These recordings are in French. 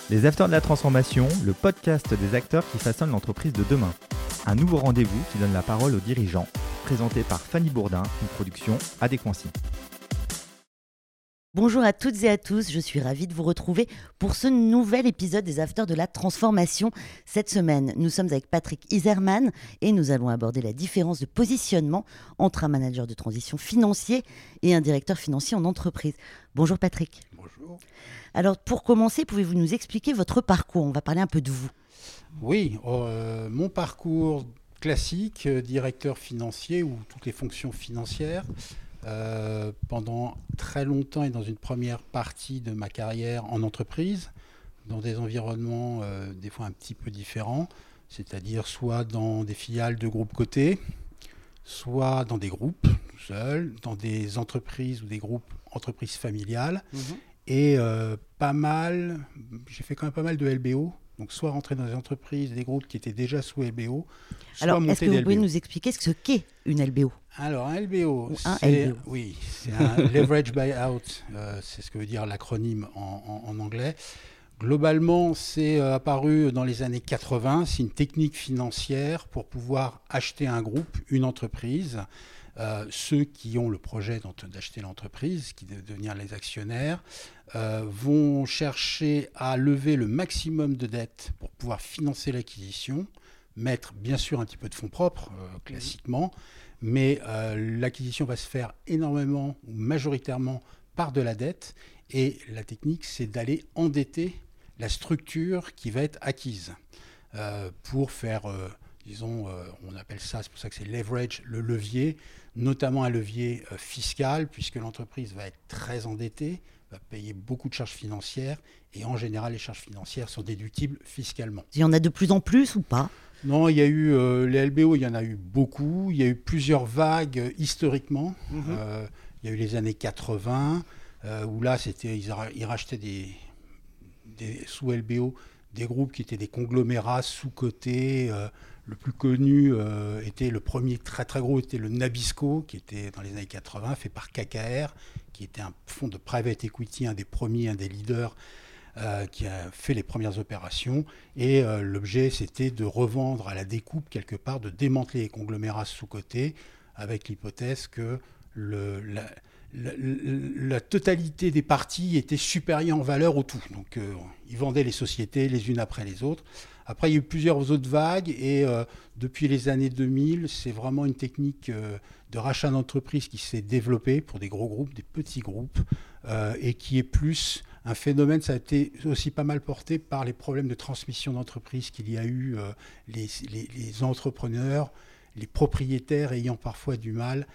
Les Afters de la Transformation, le podcast des acteurs qui façonnent l'entreprise de demain. Un nouveau rendez-vous qui donne la parole aux dirigeants, présenté par Fanny Bourdin, une production Adéquancy. Bonjour à toutes et à tous, je suis ravie de vous retrouver pour ce nouvel épisode des Afters de la Transformation. Cette semaine, nous sommes avec Patrick Iserman et nous allons aborder la différence de positionnement entre un manager de transition financier et un directeur financier en entreprise. Bonjour Patrick. Bonjour. Alors pour commencer, pouvez-vous nous expliquer votre parcours ? On va parler un peu de vous. Oui, mon parcours classique, directeur financier ou toutes les fonctions financières. Pendant très longtemps et dans une première partie de ma carrière en entreprise, dans des environnements des fois un petit peu différents, c'est-à-dire soit dans des filiales de groupes cotés, soit dans des groupes tout seuls, dans des entreprises ou des groupes entreprises familiales, et j'ai fait quand même pas mal de LBO. Donc, soit rentrer dans des entreprises, des groupes qui étaient déjà sous LBO, soit Alors, monter est-ce que vous pouvez nous expliquer ce qu'est une LBO ? Alors, un LBO, LBO. Oui, c'est un Leverage Buyout, c'est ce que veut dire l'acronyme en anglais. Globalement, c'est apparu dans les années 80. C'est une technique financière pour pouvoir acheter un groupe, une entreprise. Ceux qui ont le projet d'acheter l'entreprise, qui de devenir les actionnaires, vont chercher à lever le maximum de dettes pour pouvoir financer l'acquisition, mettre bien sûr un petit peu de fonds propres, classiquement, mais l'acquisition va se faire énormément ou majoritairement par de la dette, et la technique, c'est d'aller endetter la structure qui va être acquise pour faire... on appelle ça, c'est pour ça que c'est leverage, le levier, notamment un levier fiscal, puisque l'entreprise va être très endettée, va payer beaucoup de charges financières, et en général, les charges financières sont déductibles fiscalement. Il y en a de plus en plus ou pas ? Non, il y a eu les LBO, il y en a eu beaucoup. Il y a eu plusieurs vagues historiquement. Il y a eu les années 80, où là, ils rachetaient des sous LBO des groupes qui étaient des conglomérats sous-cotés. Le plus connu était le premier très très gros, était le Nabisco, qui était dans les années 80, fait par KKR, qui était un fonds de private equity, un des premiers, un des leaders, qui a fait les premières opérations. Et l'objet, c'était de revendre à la découpe quelque part, de démanteler les conglomérats sous-cotés, avec l'hypothèse que la totalité des parties était supérieure en valeur au tout. Donc, ils vendaient les sociétés les unes après les autres. Après, il y a eu plusieurs autres vagues, et depuis les années 2000, c'est vraiment une technique de rachat d'entreprise qui s'est développée pour des gros groupes, des petits groupes, et qui est plus un phénomène. Ça a été aussi pas mal porté par les problèmes de transmission d'entreprise qu'il y a eu, les entrepreneurs, les propriétaires ayant parfois du mal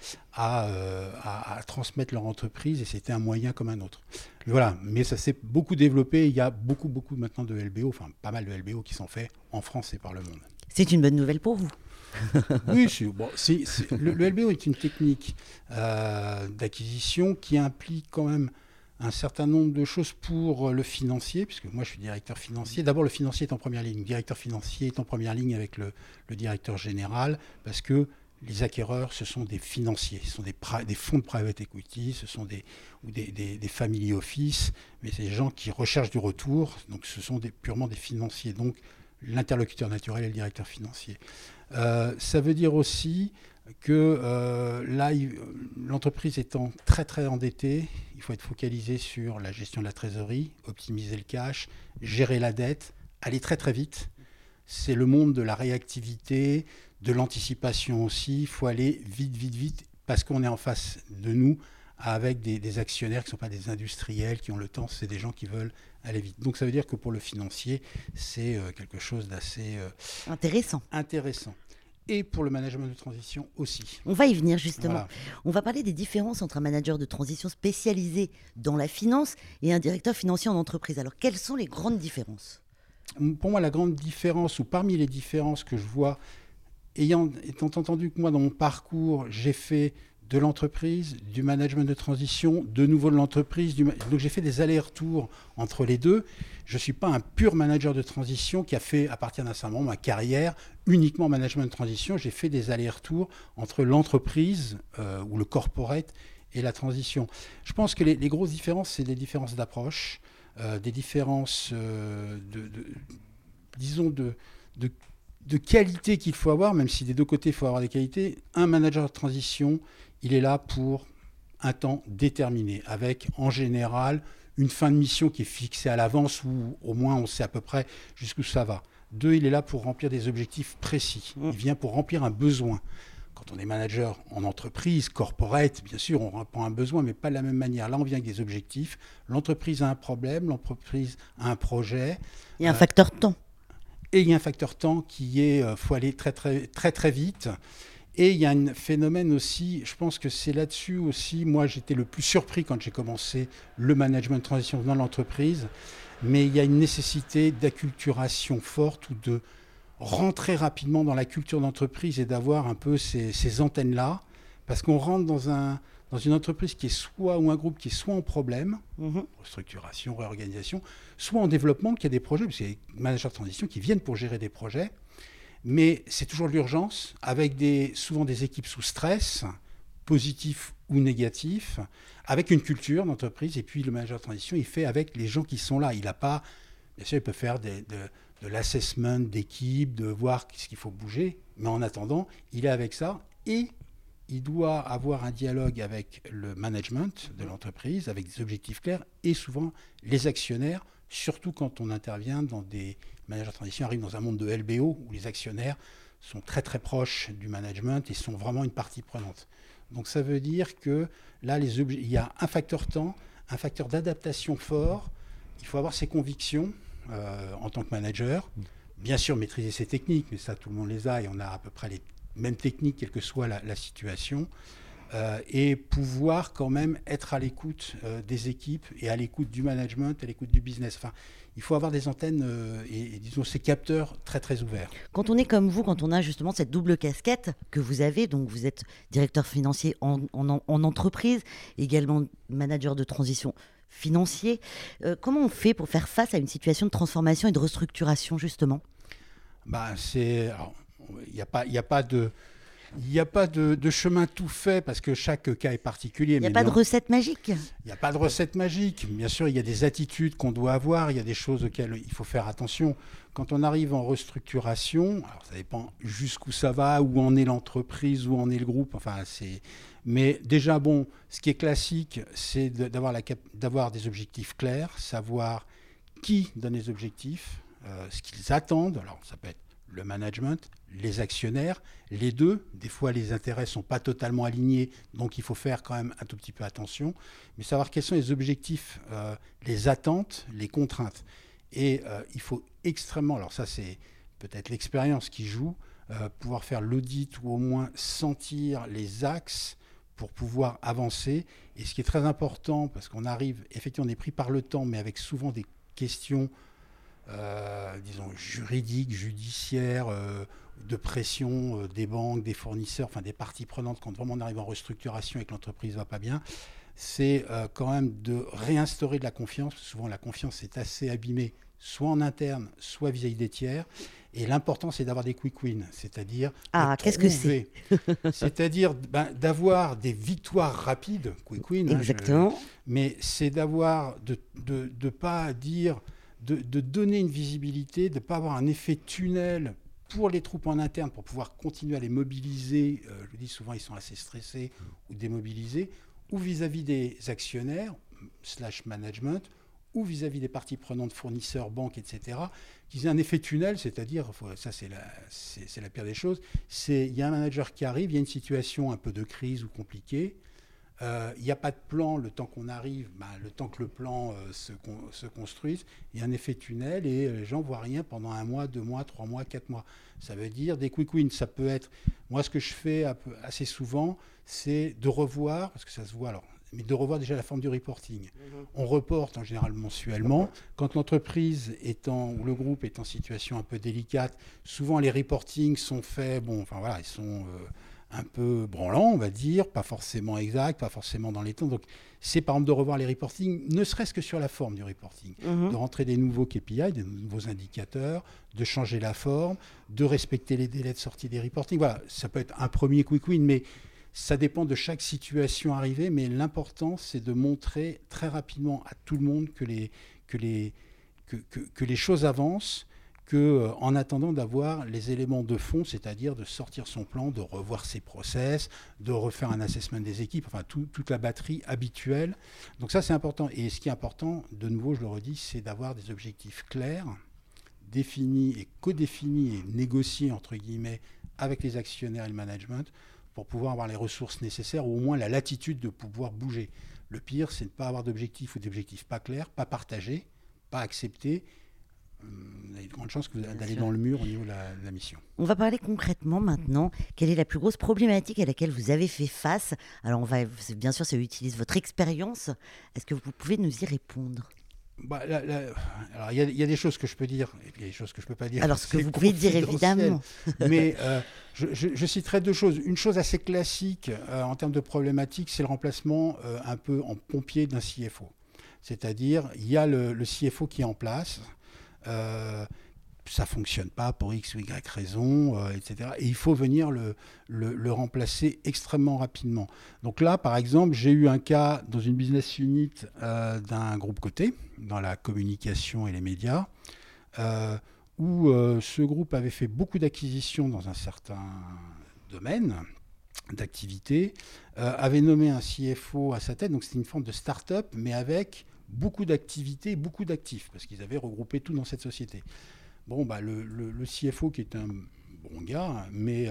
à transmettre leur entreprise, et c'était un moyen comme un autre. Voilà, mais ça s'est beaucoup développé. Il y a beaucoup maintenant de LBO, enfin pas mal de LBO qui sont faits en France et par le monde. C'est une bonne nouvelle pour vous. Oui, le LBO est une technique d'acquisition qui implique quand même un certain nombre de choses pour le financier, puisque moi je suis directeur financier. D'abord, le financier est en première ligne. Le directeur financier est en première ligne avec le directeur général, parce que les acquéreurs, ce sont des financiers, ce sont des fonds de private equity, ce sont des family office, mais c'est des gens qui recherchent du retour, donc ce sont purement des financiers. Donc l'interlocuteur naturel est le directeur financier. Ça veut dire aussi que là, l'entreprise étant très très endettée, il faut être focalisé sur la gestion de la trésorerie, optimiser le cash, gérer la dette, aller très très vite. C'est le monde de la réactivité, de l'anticipation aussi. Il faut aller vite, parce qu'on est en face de nous avec des actionnaires qui ne sont pas des industriels, qui ont le temps, c'est des gens qui veulent aller vite. Donc ça veut dire que pour le financier, c'est quelque chose d'assez intéressant. Et pour le management de transition aussi. On va y venir justement. Voilà. On va parler des différences entre un manager de transition spécialisé dans la finance et un directeur financier en entreprise. Alors, quelles sont les grandes différences ? Pour moi, la grande différence, ou parmi les différences que je vois, étant entendu que moi, dans mon parcours, j'ai fait de l'entreprise, du management de transition, de nouveau de l'entreprise. Donc j'ai fait des allers-retours entre les deux. Je ne suis pas un pur manager de transition qui a fait, à partir d'un certain moment, ma carrière uniquement en management de transition. J'ai fait des allers-retours entre l'entreprise ou le corporate et la transition. Je pense que les grosses différences, c'est des différences d'approche. des différences de qualité qu'il faut avoir, même si des deux côtés il faut avoir des qualités. Un manager de transition, il est là pour un temps déterminé, avec en général une fin de mission qui est fixée à l'avance, où au moins on sait à peu près jusqu'où ça va. 2, il est là pour remplir des objectifs précis. Il vient pour remplir un besoin. Quand on est manager en entreprise, corporate, bien sûr, on répond à un besoin, mais pas de la même manière. Là, on vient avec des objectifs. L'entreprise a un problème, l'entreprise a un projet. Il y a un facteur temps. Et il y a un facteur temps qui est, faut aller très, très, très, très vite. Et il y a un phénomène aussi, je pense que c'est là-dessus aussi, moi j'étais le plus surpris quand j'ai commencé le management de transition dans l'entreprise, mais il y a une nécessité d'acculturation forte ou de rentrer rapidement dans la culture d'entreprise et d'avoir un peu ces antennes-là, parce qu'on rentre dans une entreprise qui est soit, ou un groupe qui est soit en problème, restructuration, réorganisation, soit en développement, qui a des projets, parce qu'il y a des managers de transition qui viennent pour gérer des projets, mais c'est toujours de l'urgence, avec souvent des équipes sous stress, positif ou négatif, avec une culture d'entreprise, et puis le manager de transition, il fait avec les gens qui sont là. Il n'a pas, bien sûr, il peut faire de l'assessment d'équipe, de voir ce qu'il faut bouger, mais en attendant, il est avec ça, et il doit avoir un dialogue avec le management de l'entreprise, avec des objectifs clairs, et souvent les actionnaires, surtout quand on intervient dans des managers de transition, arrivent dans un monde de LBO, où les actionnaires sont très très proches du management et sont vraiment une partie prenante. Donc ça veut dire que là, il y a un facteur temps, un facteur d'adaptation fort. Il faut avoir ses convictions en tant que manager. Bien sûr, maîtriser ses techniques, mais ça, tout le monde les a et on a à peu près les mêmes techniques, quelle que soit la situation. Et pouvoir quand même être à l'écoute des équipes et à l'écoute du management, à l'écoute du business. Enfin, il faut avoir des antennes et disons ces capteurs très très ouverts. Quand on est comme vous, quand on a justement cette double casquette que vous avez, donc vous êtes directeur financier en entreprise, également manager de transition financier, comment on fait pour faire face à une situation de transformation et de restructuration justement ? Il n'y a pas de chemin tout fait parce que chaque cas est particulier. Il n'y a pas de recette magique. Il n'y a pas de recette magique. Bien sûr, il y a des attitudes qu'on doit avoir, il y a des choses auxquelles il faut faire attention. Quand on arrive en restructuration, alors ça dépend jusqu'où ça va, où en est l'entreprise, où en est le groupe. Mais déjà, ce qui est classique, c'est d'avoir des objectifs clairs, savoir qui donne les objectifs, ce qu'ils attendent. Alors, ça peut être le management, les actionnaires, les deux. Des fois, les intérêts ne sont pas totalement alignés, donc il faut faire quand même un tout petit peu attention. Mais savoir quels sont les objectifs, les attentes, les contraintes. Et il faut extrêmement, alors ça c'est peut-être l'expérience qui joue, pouvoir faire l'audit ou au moins sentir les axes pour pouvoir avancer. Et ce qui est très important, parce qu'on arrive, effectivement on est pris par le temps, mais avec souvent des questions disons juridiques, judiciaires, de pression des banques, des fournisseurs, enfin des parties prenantes quand vraiment on arrive en restructuration et que l'entreprise ne va pas bien, c'est quand même de réinstaurer de la confiance. Souvent la confiance est assez abîmée, soit en interne, soit vis-à-vis des tiers. Et l'important, c'est d'avoir des quick wins, c'est-à-dire qu'est-ce que c'est c'est-à-dire d'avoir des victoires rapides, quick wins. Exactement. Mais c'est d'avoir, de pas dire, de donner une visibilité, de ne pas avoir un effet tunnel pour les troupes en interne, pour pouvoir continuer à les mobiliser. Je le dis souvent, ils sont assez stressés ou démobilisés, ou vis-à-vis des actionnaires, /management, ou vis-à-vis des parties prenantes, fournisseurs, banques, etc., qu'ils aient un effet tunnel, c'est-à-dire, ça c'est la pire des choses, il y a un manager qui arrive, il y a une situation un peu de crise ou compliquée, il n'y a pas de plan le temps qu'on arrive, le temps que le plan se construise, il y a un effet tunnel et les gens ne voient rien pendant 1 mois, 2 mois, 3 mois, 4 mois. Ça veut dire des quick wins. Ça peut être, moi ce que je fais assez souvent, c'est de revoir, parce que ça se voit alors, mais de revoir déjà la forme du reporting. On reporte en général mensuellement. Quand l'entreprise ou le groupe est en situation un peu délicate, souvent les reportings sont faits, ils sont un peu branlants, on va dire, pas forcément exacts, pas forcément dans les temps. Donc c'est par exemple de revoir les reportings, ne serait-ce que sur la forme du reporting, de rentrer des nouveaux KPI, des nouveaux indicateurs, de changer la forme, de respecter les délais de sortie des reportings. Voilà, ça peut être un premier quick win, mais ça dépend de chaque situation arrivée, mais l'important, c'est de montrer très rapidement à tout le monde que les choses avancent, en attendant d'avoir les éléments de fond, c'est-à-dire de sortir son plan, de revoir ses process, de refaire un assessment des équipes, enfin toute la batterie habituelle. Donc ça, c'est important. Et ce qui est important, de nouveau, je le redis, c'est d'avoir des objectifs clairs, définis et codéfinis et négociés, entre guillemets, avec les actionnaires et le management pour pouvoir avoir les ressources nécessaires ou au moins la latitude de pouvoir bouger. Le pire, c'est de ne pas avoir d'objectifs ou d'objectifs pas clairs, pas partagés, pas acceptés. Vous avez de grandes chances d'aller dans le mur au niveau de la mission. On va parler concrètement maintenant. Quelle est la plus grosse problématique à laquelle vous avez fait face? Alors, bien sûr, ça utilise votre expérience. Est-ce que vous pouvez nous y répondre? Alors, il y a des choses que je peux dire et puis il y a des choses que je ne peux pas dire. Alors, ce que vous pouvez dire, évidemment. Mais je citerai deux choses. Une chose assez classique en termes de problématique, c'est le remplacement un peu en pompier d'un CFO. C'est-à-dire, il y a le CFO qui est en place. Ça ne fonctionne pas pour X ou Y raison, etc. Et il faut venir le remplacer extrêmement rapidement. Donc là, par exemple, j'ai eu un cas dans une business unit d'un groupe coté, dans la communication et les médias, où ce groupe avait fait beaucoup d'acquisitions dans un certain domaine d'activité, avait nommé un CFO à sa tête, donc c'était une forme de start-up, mais avec beaucoup d'activités, beaucoup d'actifs, parce qu'ils avaient regroupé tout dans cette société. Bon, le CFO, qui est un bon gars, mais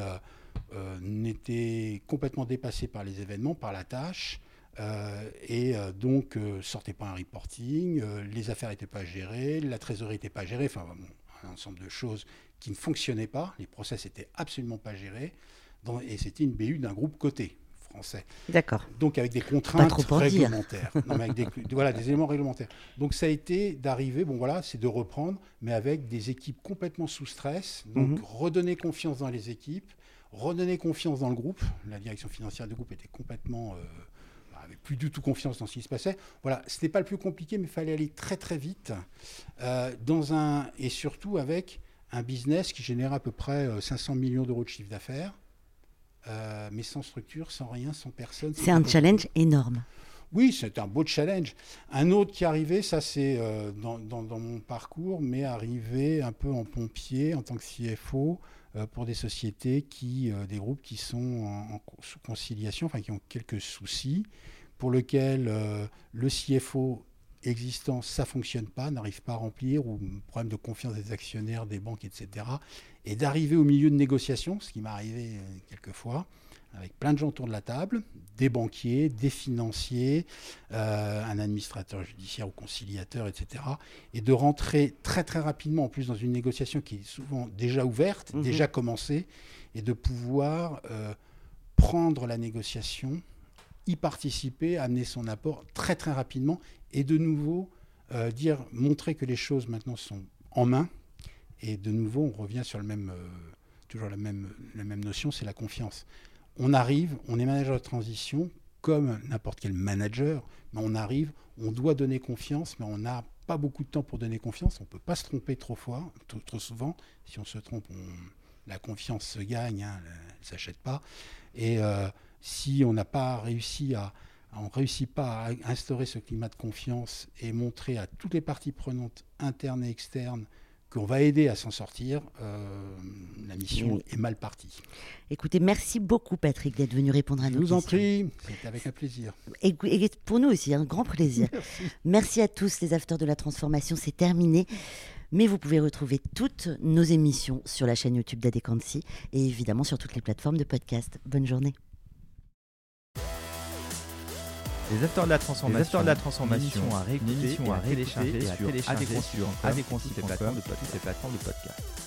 n'était complètement dépassé par les événements, par la tâche, et donc sortait pas un reporting, les affaires n'étaient pas gérées, la trésorerie n'était pas gérée, enfin bon, un ensemble de choses qui ne fonctionnaient pas, les process n'étaient absolument pas gérés, et c'était une BU d'un groupe coté français. D'accord. Donc avec des contraintes réglementaires. Non, mais avec des éléments réglementaires. Donc ça a été d'arriver, c'est de reprendre, mais avec des équipes complètement sous stress. Donc redonner confiance dans les équipes, redonner confiance dans le groupe. La direction financière du groupe était complètement... avait plus du tout confiance dans ce qui se passait. Voilà, c'était pas le plus compliqué, mais il fallait aller très très vite. Et surtout avec un business qui générait à peu près 500 millions d'euros de chiffre d'affaires. Mais sans structure, sans rien, sans personne. C'est un challenge énorme. Oui, c'est un beau challenge. Un autre qui est arrivé, ça c'est dans mon parcours, mais arrivé un peu en pompier en tant que CFO pour des sociétés des groupes qui sont sous conciliation, enfin qui ont quelques soucis, pour lesquels le CFO existant, ça ne fonctionne pas, n'arrive pas à remplir, ou problème de confiance des actionnaires, des banques, etc. Et d'arriver au milieu de négociations, ce qui m'est arrivé quelques fois, avec plein de gens autour de la table, des banquiers, des financiers, un administrateur judiciaire ou conciliateur, etc. Et de rentrer très très rapidement, en plus dans une négociation qui est souvent déjà ouverte, déjà commencée, et de pouvoir prendre la négociation, y participer, amener son apport très très rapidement, et de nouveau montrer que les choses maintenant sont en main. Et de nouveau, on revient sur toujours la même notion, c'est la confiance. On arrive, on est manager de transition, comme n'importe quel manager, mais on arrive, on doit donner confiance, mais on n'a pas beaucoup de temps pour donner confiance. On ne peut pas se tromper trop souvent. Si on se trompe, la confiance se gagne, elle ne s'achète pas. Et si on n'a pas réussi on ne réussit pas à instaurer ce climat de confiance et montrer à toutes les parties prenantes, internes et externes, qu'on va aider à s'en sortir, la mission est mal partie. Écoutez, merci beaucoup Patrick d'être venu répondre à nos questions. Je vous en prie, c'était avec un plaisir. Et pour nous aussi, un grand plaisir. Merci à tous, les Afters de la Transformation, c'est terminé. Mais vous pouvez retrouver toutes nos émissions sur la chaîne YouTube d'Adéquancy et évidemment sur toutes les plateformes de podcast. Bonne journée. Les Afters de la Transformation, une émission à réécouter et à télécharger sur adéquancy.com et toutes les plateformes de podcast.